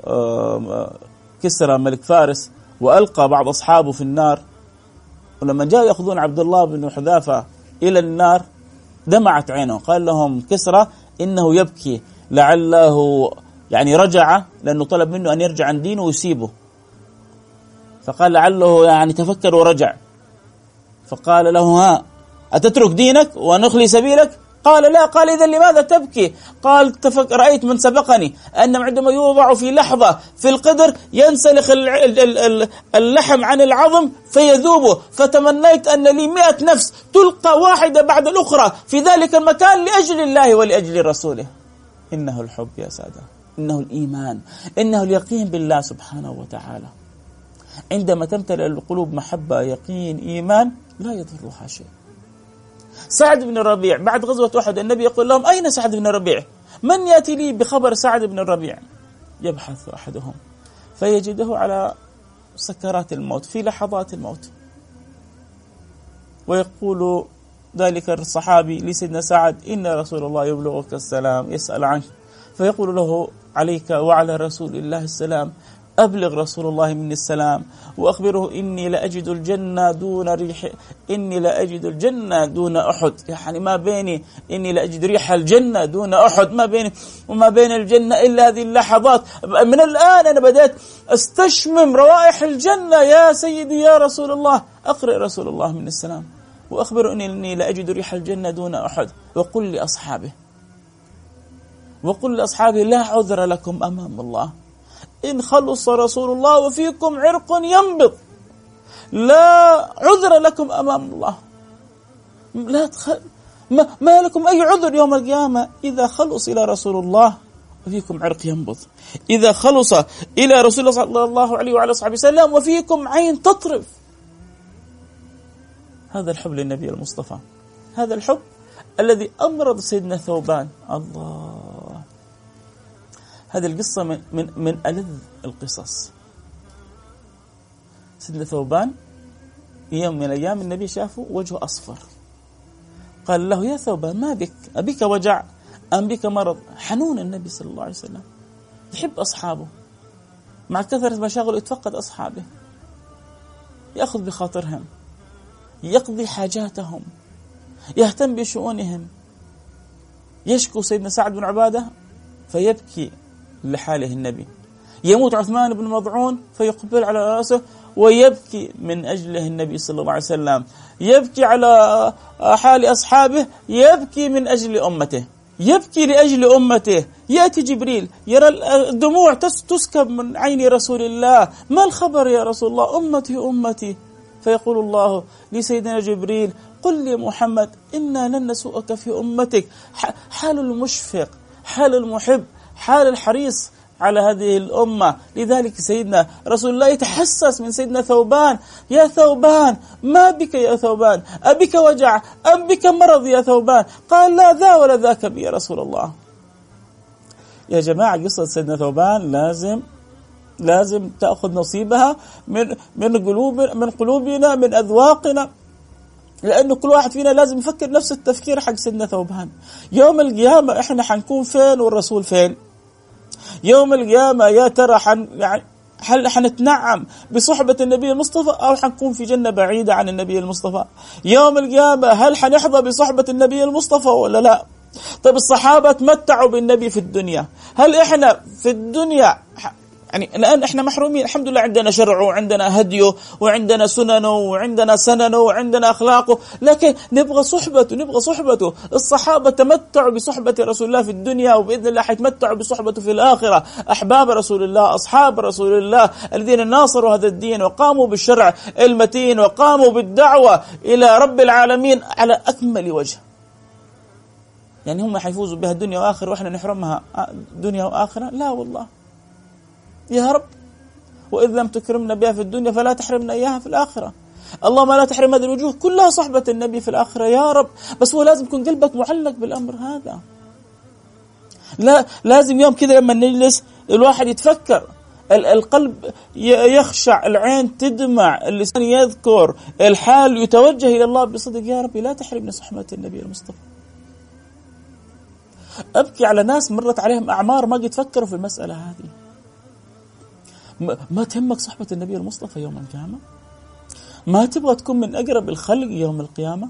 كسرى ملك فارس وألقى بعض أصحابه في النار، ولما جاءوا يأخذون عبد الله بن حذافة إلى النار دمعت عينه. قال لهم كسرى إنه يبكي لعله يعني رجع، لأنه طلب منه أن يرجع عن دينه ويسيبه، فقال لعله يعني تفكر ورجع. فقال له ها أتترك دينك ونخلي سبيلك؟ قال لا. قال إذا لماذا تبكي؟ قال رأيت من سبقني أنه عندما يوضع في لحظة في القدر ينسلخ اللحم عن العظم فيذوبه، فتمنيت أن لي 100 نفس تلقى واحدة بعد الأخرى في ذلك المكان لأجل الله ولأجل رسوله. إنه الحب يا سادة، إنه الإيمان، إنه اليقين بالله سبحانه وتعالى. عندما تمتلئ القلوب محبة يقين إيمان لا يضرها شيء. سعد بن الربيع بعد غزوة أحد النبي يقول لهم أين سعد بن الربيع؟ من يأتي لي بخبر سعد بن الربيع؟ يبحث أحدهم فيجده على سكرات الموت في لحظات الموت، ويقول ذلك الصحابي لسيدنا سعد إن رسول الله يبلغك السلام يسأل عنك، فيقول له عليك وعلى رسول الله السلام، أبلغ رسول الله مني السلام وأخبره إني لأجد الجنة دون ريح، إني لأجد الجنة دون أحد. يعني ما بيني إني لأجد ريح الجنة دون أحد، ما بيني وما بين الجنة إلا هذه اللحظات. من الآن أنا بدأت أستشمم روائح الجنة يا سيدي يا رسول الله. أقرأ رسول الله مني السلام وأخبره إني لأجد ريح الجنة دون أحد. وقل لأصحابه لا عذر لكم أمام الله إن خلص رسول الله وفيكم عرق ينبض، لا عذر لكم أمام الله. ما لكم أي عذر يوم القيامة إذا خلص إلى رسول الله وفيكم عرق ينبض، إذا خلص إلى رسول الله صلى الله عليه وعلى صحبه وسلم وفيكم عين تطرف. هذا الحب للنبي المصطفى، هذا الحب الذي أمرض سيدنا ثوبان. الله، هذه القصة من ألذ القصص. سيدنا ثوبان يوم من الأيام النبي شافه وجهه أصفر، قال له يا ثوبان ما بك؟ أبيك وجع أم بك مرض؟ حنون النبي صلى الله عليه وسلم، يحب أصحابه، مع كثرة مشاغله يتفقد أصحابه، يأخذ بخاطرهم، يقضي حاجاتهم، يهتم بشؤونهم. يشكو سيدنا سعد بن عبادة فيبكي لحاله النبي، يموت عثمان بن مضعون فيقبل على رأسه ويبكي من أجله النبي صلى الله عليه وسلم، يبكي على حال أصحابه، يبكي من أجل أمته، يبكي لأجل أمته. يأتي جبريل يرى الدموع تسكب من عين رسول الله، ما الخبر يا رسول الله؟ أمتي أمتي. فيقول الله لسيدنا جبريل قل لي محمد إنا لن نسوءك في أمتك. حال المشفق، حال المحب، حال الحريص على هذه الأمة. لذلك سيدنا رسول الله يتحسس من سيدنا ثوبان، يا ثوبان ما بك يا ثوبان؟ أبك وجع أم بك مرض يا ثوبان؟ قال لا ذا ولا ذاك بي يا رسول الله. يا جماعة قصة سيدنا ثوبان لازم تأخذ نصيبها من قلوبنا، من أذواقنا، لأنه كل واحد فينا لازم يفكر نفس التفكير حق سيدنا ثوبان. يوم القيامة إحنا حنكون فين والرسول فين؟ يوم القيامة يا ترى هل حنتنعم بصحبة النبي المصطفى أو حنكون في جنة بعيدة عن النبي المصطفى؟ يوم القيامة هل حنحظى بصحبة النبي المصطفى ولا لا؟ طيب الصحابة تمتعوا بالنبي في الدنيا، هل إحنا في الدنيا يعني الآن إحنا محرومين. الحمد لله عندنا شرعه وعندنا هديه وعندنا سننه وعندنا سننه وعندنا أخلاقه، لكن نبغى صحبته. الصحابة تمتعوا بصحبة رسول الله في الدنيا، وبإذن الله حيتمتعوا بصحبته في الآخرة. أحباب رسول الله، أصحاب رسول الله الذين ناصروا هذا الدين وقاموا بالشرع المتين وقاموا بالدعوة إلى رب العالمين على أكمل وجه. يعني هم حيفوزوا بها الدنيا وآخرة وإحنا نحرمها دنيا وآخرة؟ لا والله يا رب، وإذ لم تكرمنا بها في الدنيا فلا تحرمنا إياها في الآخرة. اللهم لا تحرم هذه الوجوه كلها صحبة النبي في الآخرة يا رب. بس هو لازم يكون قلبك معلق بالأمر هذا. لا لازم يوم كذا لما نجلس الواحد يتفكر، القلب يخشع، العين تدمع، اللسان يذكر، الحال يتوجه إلى الله بصدق: يا ربي لا تحرمنا صحبة النبي المصطفى. أبكي على ناس مرت عليهم أعمار ما قد فكروا في المسألة هذه. ما تهمك صحبة النبي المصطفى يوم القيامة؟ ما تبغى تكون من أقرب الخلق يوم القيامة؟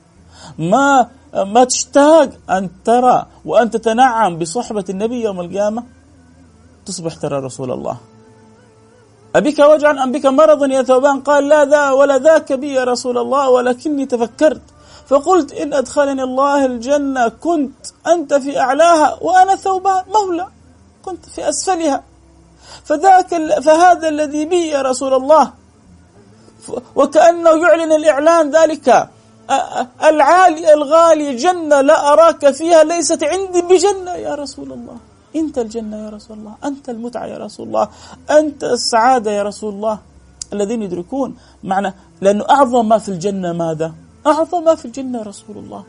ما تشتاق أن ترى وأن تتنعم بصحبة النبي يوم القيامة؟ تصبح ترى رسول الله: أبيك وجعا أم بك مرض يا ثوبان؟ قال: لا ذا ولا ذاك بي يا رسول الله، ولكني تفكرت فقلت إن أدخلني الله الجنة كنت أنت في أعلاها وأنا ثوبان مولى كنت في أسفلها، فهذا الذي بي يا رسول الله. وكأنه يعلن الإعلان ذلك: العالي الغالي جنة لا أراك فيها ليست عندي بجنة يا رسول الله. أنت الجنة يا رسول الله، أنت المتعة يا رسول الله، أنت السعادة يا رسول الله. الذين يدركون معنى، لأنه أعظم ما في الجنة ماذا؟ أعظم ما في الجنة رسول الله.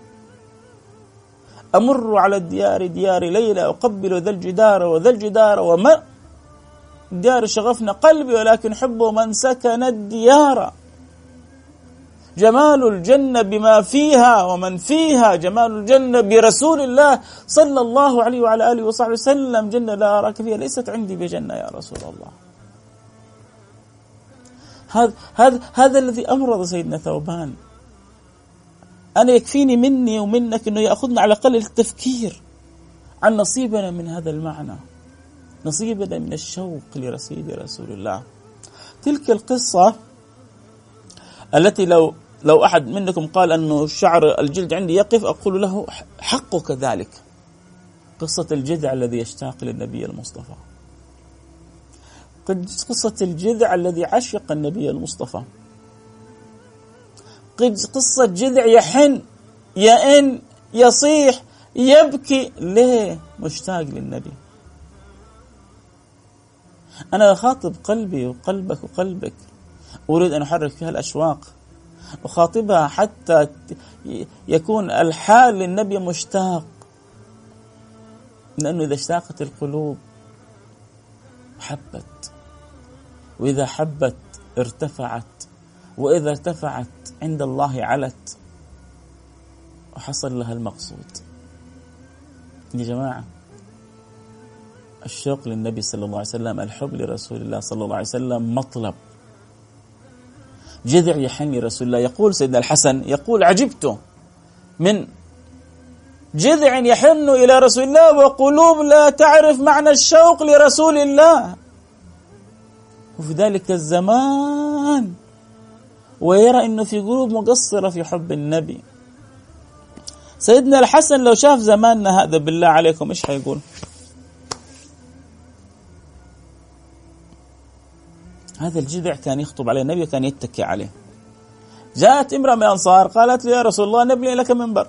أمر على الديار ديار ليلى أقبل ذا الجدار وذا الجدار وما ديار شغفنا قلبي ولكن حبه من سكن الديار. جمال الجنة بما فيها ومن فيها، جمال الجنة برسول الله صلى الله عليه وعلى آله وصحبه وسلم. جنة لا أراك فيها ليست عندي بجنة يا رسول الله. هذا الذي أمرض سيدنا ثوبان. أنا يكفيني مني ومنك أنه يأخذنا على الأقل التفكير عن نصيبنا من هذا المعنى، نصيبنا من الشوق لرسول الله. تلك القصة التي لو أحد منكم قال أنه شعر الجلد عندي يقف، أقول له حقك ذلك. قصة الجذع الذي يشتاق للنبي المصطفى، قصة الجذع الذي عشق النبي المصطفى، قصة جذع يحن يئن يصيح يبكي. ليه؟ مشتاق للنبي. أنا أخاطب قلبي وقلبك وقلبك، أريد أن أحرك فيها الأشواق، أخاطبها حتى يكون الحال للنبي مشتاق. لأنه إذا اشتاقت القلوب حبت، وإذا حبت ارتفعت، وإذا ارتفعت عند الله علت، وحصل لها المقصود. يا جماعة، الشوق للنبي صلى الله عليه وسلم، الحب لرسول الله صلى الله عليه وسلم مطلب. جذع يحن لرسول الله. يقول سيدنا الحسن، يقول: عجبت من جذع يحن إلى رسول الله وقلوب لا تعرف معنى الشوق لرسول الله. وفي ذلك الزمان ويرى أنه في قلوب مقصرة في حب النبي. سيدنا الحسن لو شاف زماننا هذا بالله عليكم إيش حيقول؟ هذا الجذع كان يخطب عليه النبي وكان يتكي عليه. جاءت امرأة من الأنصار قالت له: يا رسول الله نبني لك منبر.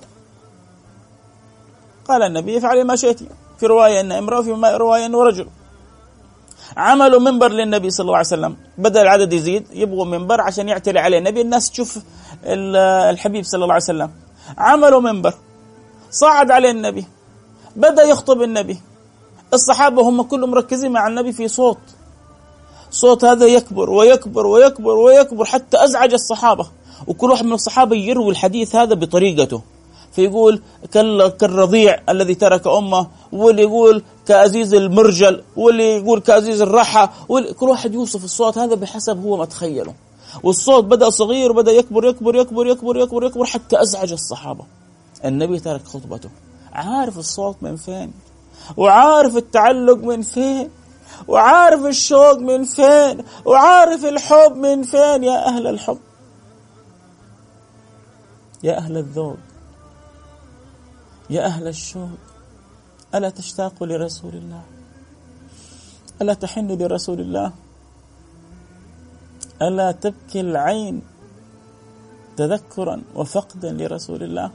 قال النبي: افعلي ما شئت. في رواية أن امرأة، في رواية أنه رجل. عملوا منبر للنبي صلى الله عليه وسلم. بدأ العدد يزيد، يبغوا منبر عشان يعتلي عليه النبي، الناس تشوف الحبيب صلى الله عليه وسلم. عملوا منبر، صعد عليه النبي، بدأ يخطب النبي. الصحابة هم كلهم مركزين مع النبي في صوت هذا يكبر ويكبر ويكبر ويكبر حتى أزعج الصحابة. وكل واحد من الصحابة يروي الحديث هذا بطريقته، فيقول كالرضيع الذي ترك أمه، واللي يقول كأزيز المرجل، واللي يقول كأزيز الرحى، كل واحد يوصف الصوت هذا بحسب هو ما تخيله. والصوت بدأ صغير وبدأ يكبر يكبر يكبر يكبر يكبر يكبر حتى أزعج الصحابة. النبي ترك خطبته، عارف الصوت من فين وعارف التعلق من فين، وعارف الشوق من فين، وعارف الحب من فين. يا أهل الحب، يا أهل الذوق، يا أهل الشوق، ألا تشتاقوا لرسول الله؟ ألا تحن لرسول الله؟ ألا تبكي العين تذكرا وفقدا لرسول الله؟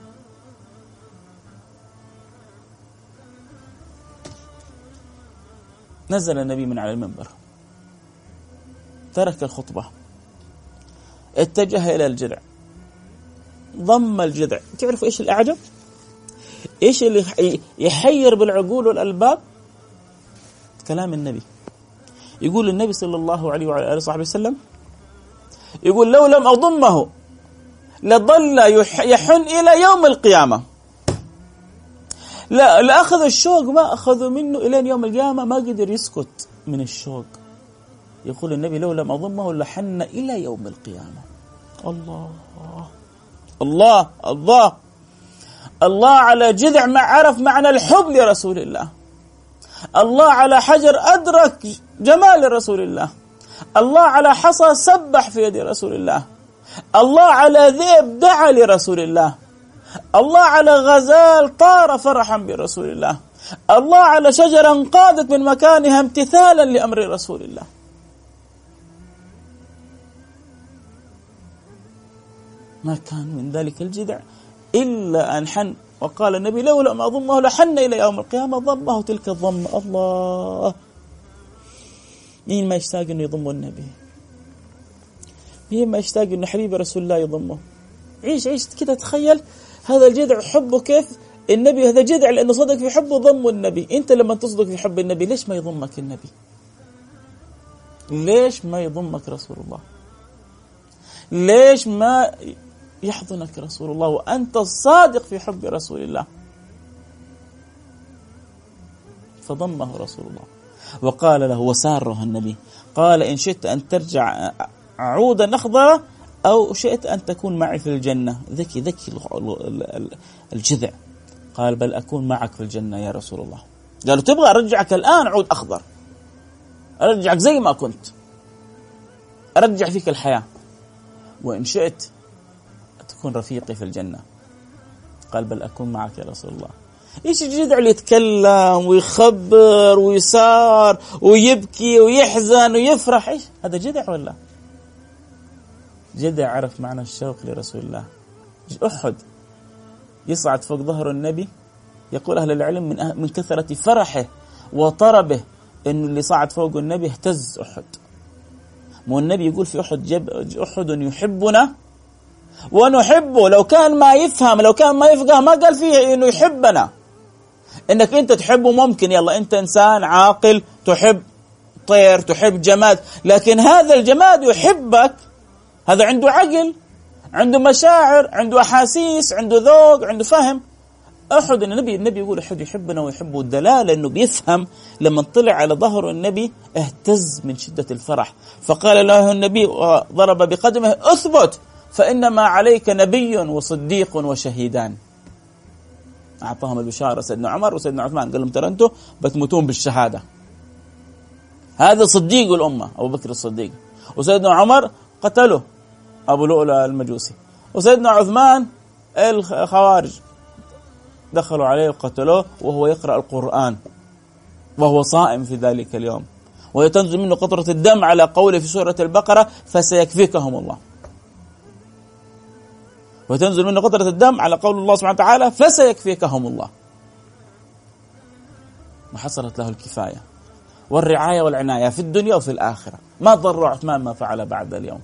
نزل النبي من على المنبر، ترك الخطبة، اتجه إلى الجذع، ضم الجذع. تعرفوا إيش الأعجب؟ إيش اللي يحير بالعقول والألباب؟ كلام النبي. يقول النبي صلى الله عليه وعلى آله وصحبه وسلم، يقول لو لم أضمه لظل يحن إلى يوم القيامة. لا أخذ الشوق ما أخذوا منه إلى يوم القيامة، ما قدر يسكت من الشوق. يقول النبي لو لم أضمه لحن إلى يوم القيامة. الله الله الله الله على جذع ما عرف معنى الحب لرسول الله، الله على حجر أدرك جمال رسول الله، الله على حصى سبح في يد رسول الله، الله على ذئب دعا لرسول الله، الله على غزال طار فرحا برسول الله، الله على شجرة انقادت من مكانها امتثالا لأمر رسول الله. ما كان من ذلك الجذع إلا أن حن، وقال النبي لولا ما أضمه لحن إلى يوم القيامة. ضمه تلك الضم. الله، مين ما يشتاق أنه يضم النبي؟ مين ما يشتاق أنه حبيب رسول الله يضمه؟ عيش كده، تخيل هذا الجذع حبه كيف النبي. هذا جذع لأنه صدق في حبه ضم النبي. أنت لما تصدق في حب النبي ليش ما يضمك النبي؟ ليش ما يضمك رسول الله؟ ليش ما يحضنك رسول الله وأنت الصادق في حب رسول الله؟ فضمه رسول الله وقال له وساره النبي، قال إن شئت أن ترجع عودا أخضر أو شئت أن تكون معي في الجنة. ذكي الجذع. قال بل أكون معك في الجنة يا رسول الله. قالوا تبغى أرجعك الآن عود أخضر، أرجعك زي ما كنت، أرجع فيك الحياة، وإن شئت تكون رفيقي في الجنة. قال بل أكون معك يا رسول الله. إيش الجذع اللي يتكلم ويخبر ويسار ويبكي ويحزن ويفرح؟ إيش هذا جذع ولا؟ جذع عرف معنى الشوق لرسول الله. أحد يصعد فوق ظهر النبي، يقول أهل العلم من كثرة فرحه وطربه إنه اللي صعد فوق النبي اهتز أحد. مو النبي يقول في أحد يحبنا ونحبه. لو كان ما يفهم، لو كان ما يفقه، ما قال فيه إنه يحبنا. إنك أنت تحبه ممكن، يلا أنت إنسان عاقل تحب طير، تحب جماد، لكن هذا الجماد يحبك، هذا عنده عقل، عنده مشاعر، عنده أحاسيس، عنده ذوق، عنده فهم. أحد النبي يقول أحد يحبنا ويحبه، الدلالة أنه بيفهم. لما طلع على ظهر النبي اهتز من شدة الفرح، فقال له النبي وضرب بقدمه أثبت فإنما عليك نبي وصديق وشهيدان. أعطاهم البشارة سيدنا عمر وسيدنا عثمان، قال لهم ترى أنتم بتموتون بالشهادة. هذا صديق الأمة أبو بكر الصديق، وسيدنا عمر قتله أبو لؤلؤ المجوسي، وسيدنا عثمان الخوارج دخلوا عليه وقتلوه وهو يقرأ القرآن وهو صائم في ذلك اليوم، ويتنزل منه قطرة الدم على قوله في سورة البقرة فسيكفيكهم الله، وتنزل منه قطرة الدم على قول الله سبحانه وتعالى فسيكفيكهم الله. وحصلت له الكفاية والرعاية والعناية في الدنيا وفي الآخرة. ما ضر عثمان ما فعل بعد اليوم.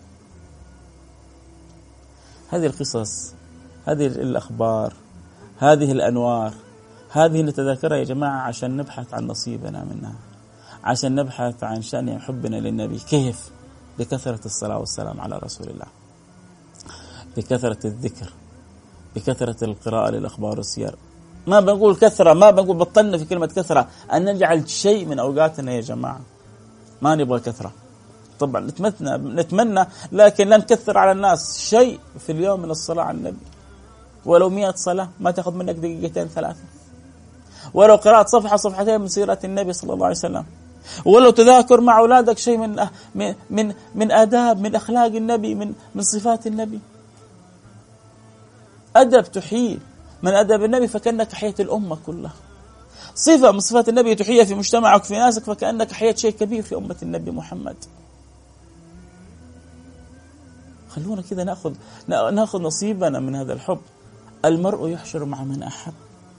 هذه القصص، هذه الأخبار، هذه الأنوار، هذه نتذكرها يا جماعة عشان نبحث عن نصيبنا منها، عشان نبحث عن شأن حبنا للنبي. كيف؟ بكثرة الصلاة والسلام على رسول الله، بكثرة الذكر، بكثرة القراءة للأخبار والسير. ما بنقول كثرة، ما بنقول بطلنا في كلمة كثرة، أن نجعل شيء من أوقاتنا يا جماعة. ما نبغى كثرة طبعا، نتمنى لكن لا نكثر على الناس. شيء في اليوم من الصلاة على النبي، ولو 100 صلاة ما تأخذ منك دقيقتين 3، ولو قراءة صفحة صفحتين من سيرة النبي صلى الله عليه وسلم. ولو تذاكر مع أولادك شيء من آداب، من أخلاق النبي، من صفات النبي. أدب تحيي من أدب النبي فكأنك حياة الأمة كلها. صفة من صفات النبي تحييها في مجتمعك في ناسك فكأنك حياة شيء كبير في أمة النبي محمد. خلونا كذا نأخذ نصيبنا من هذا الحب. المرء يحشر مع من أحب.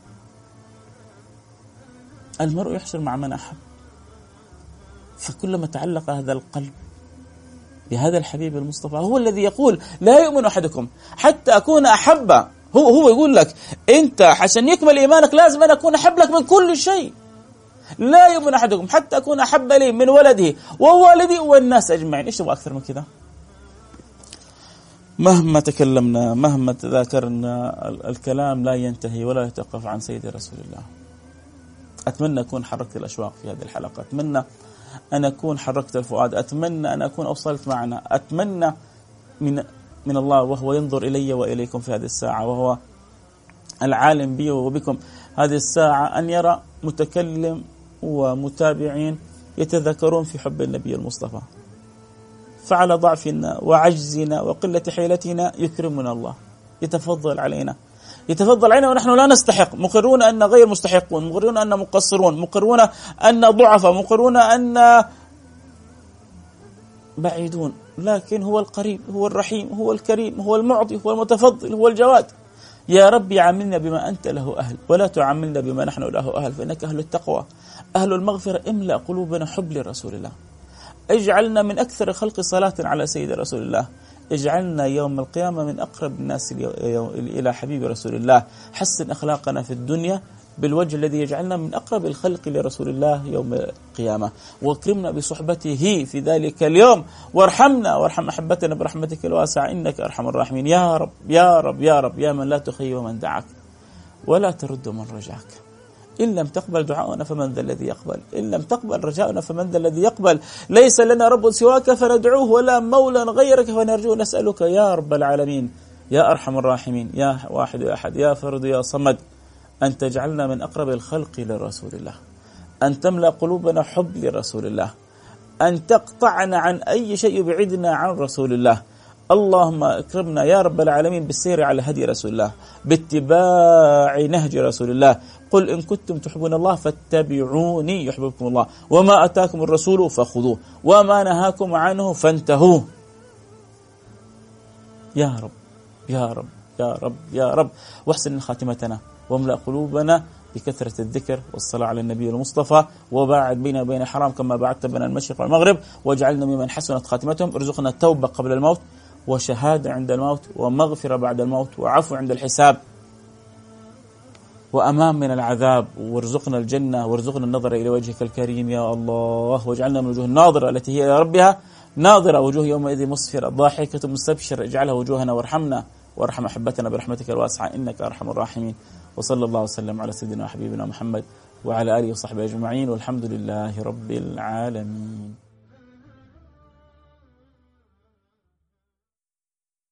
المرء يحشر مع من أحب. فكلما تعلق هذا القلب بهذا الحبيب المصطفى، هو الذي يقول لا يؤمن أحدكم حتى أكون أحب. هو يقول لك أنت عشان يكمل إيمانك لازم أن أكون أحب لك من كل شيء. لا يؤمن أحدكم حتى أكون أحب لي من ولده ووالدي والناس أجمعين. إيش تبغى أكثر من كذا؟ مهما تكلمنا، مهما تذاكرنا، الكلام لا ينتهي ولا يتوقف عن سيد رسول الله. أتمنى أكون حركت الأشواق في هذه الحلقة، أتمنى أن أكون حركت الفؤاد، أتمنى أن أكون أوصلت معنا، أتمنى من الله وهو ينظر إلي وإليكم في هذه الساعة، وهو العالم بي وبكم هذه الساعة، أن يرى متكلم ومتابعين يتذكرون في حب النبي المصطفى. فعلى ضعفنا وعجزنا وقلة حيلتنا يكرمنا الله، يتفضل علينا ونحن لا نستحق، مقرون أن غير مستحقون، مقرون أن مقصرون، مقرون أن ضعفاء، مقرون أن بعيدون، لكن هو القريب، هو الرحيم، هو الكريم، هو المعطي، هو المتفضل، هو الجواد. يا رب عاملنا بما أنت له أهل ولا تعاملنا بما نحن له أهل، فإنك أهل التقوى أهل المغفرة. املأ قلوبنا حب لرسول الله. اجعلنا من أكثر الخلق صلاة على سيد رسول الله. اجعلنا يوم القيامة من أقرب الناس إلى حبيب رسول الله. حسن أخلاقنا في الدنيا بالوجه الذي يجعلنا من أقرب الخلق لرسول الله يوم القيامة، واكرمنا بصحبته في ذلك اليوم، وارحمنا وارحم أحبتنا برحمتك الواسعة إنك أرحم الراحمين. يا رب يا رب يا رب، يا من لا تخيب من دعاك ولا ترد من رجاك. إن لم تقبل دعاءنا فمن ذا الذي يقبل، إن لم تقبل رجاءنا فمن ذا الذي يقبل. ليس لنا رب سواك فندعوه ولا مولى غيرك فنرجو. نسألك يا رب العالمين يا أرحم الراحمين يا واحد يا أحد يا فرد يا صمد أن تجعلنا من أقرب الخلق لرسول الله، أن تملأ قلوبنا حب لرسول الله، أن تقطعنا عن أي شيء يبعدنا عن رسول الله. اللهم اكرمنا يا رب العالمين بالسير على هدي رسول الله، باتباع نهج رسول الله. قل إن كنتم تحبون الله فاتبعوني يحببكم الله، وما أتاكم الرسول فخذوه وما نهاكم عنه فانتهوا. يا رب يا رب يا رب يا رب، واحسن خاتمتنا واملأ قلوبنا بكثرة الذكر والصلاة على النبي المصطفى، وباعد بيننا وبين الحرام كما باعدت بين المشرق والمغرب، واجعلنا ممن حسنت خاتمتهم. ارزقنا التوبة قبل الموت، وشهادة عند الموت، ومغفرة بعد الموت، وعفو عند الحساب، وأمان من العذاب، وارزقنا الجنة، وارزقنا النظر إلى وجهك الكريم يا الله، واجعلنا من وجوه الناظرة التي هي إلى ربها ناظرة، وجوه يومئذ مصفرة ضاحكة مستبشرة. اجعلها وجوهنا وارحمنا وارحم أحبتنا برحمتك الواسعة إنك أرحم الراحمين. وصلى الله وسلم على سيدنا وحبيبنا محمد وعلى آله وصحبه أجمعين، والحمد لله رب العالمين.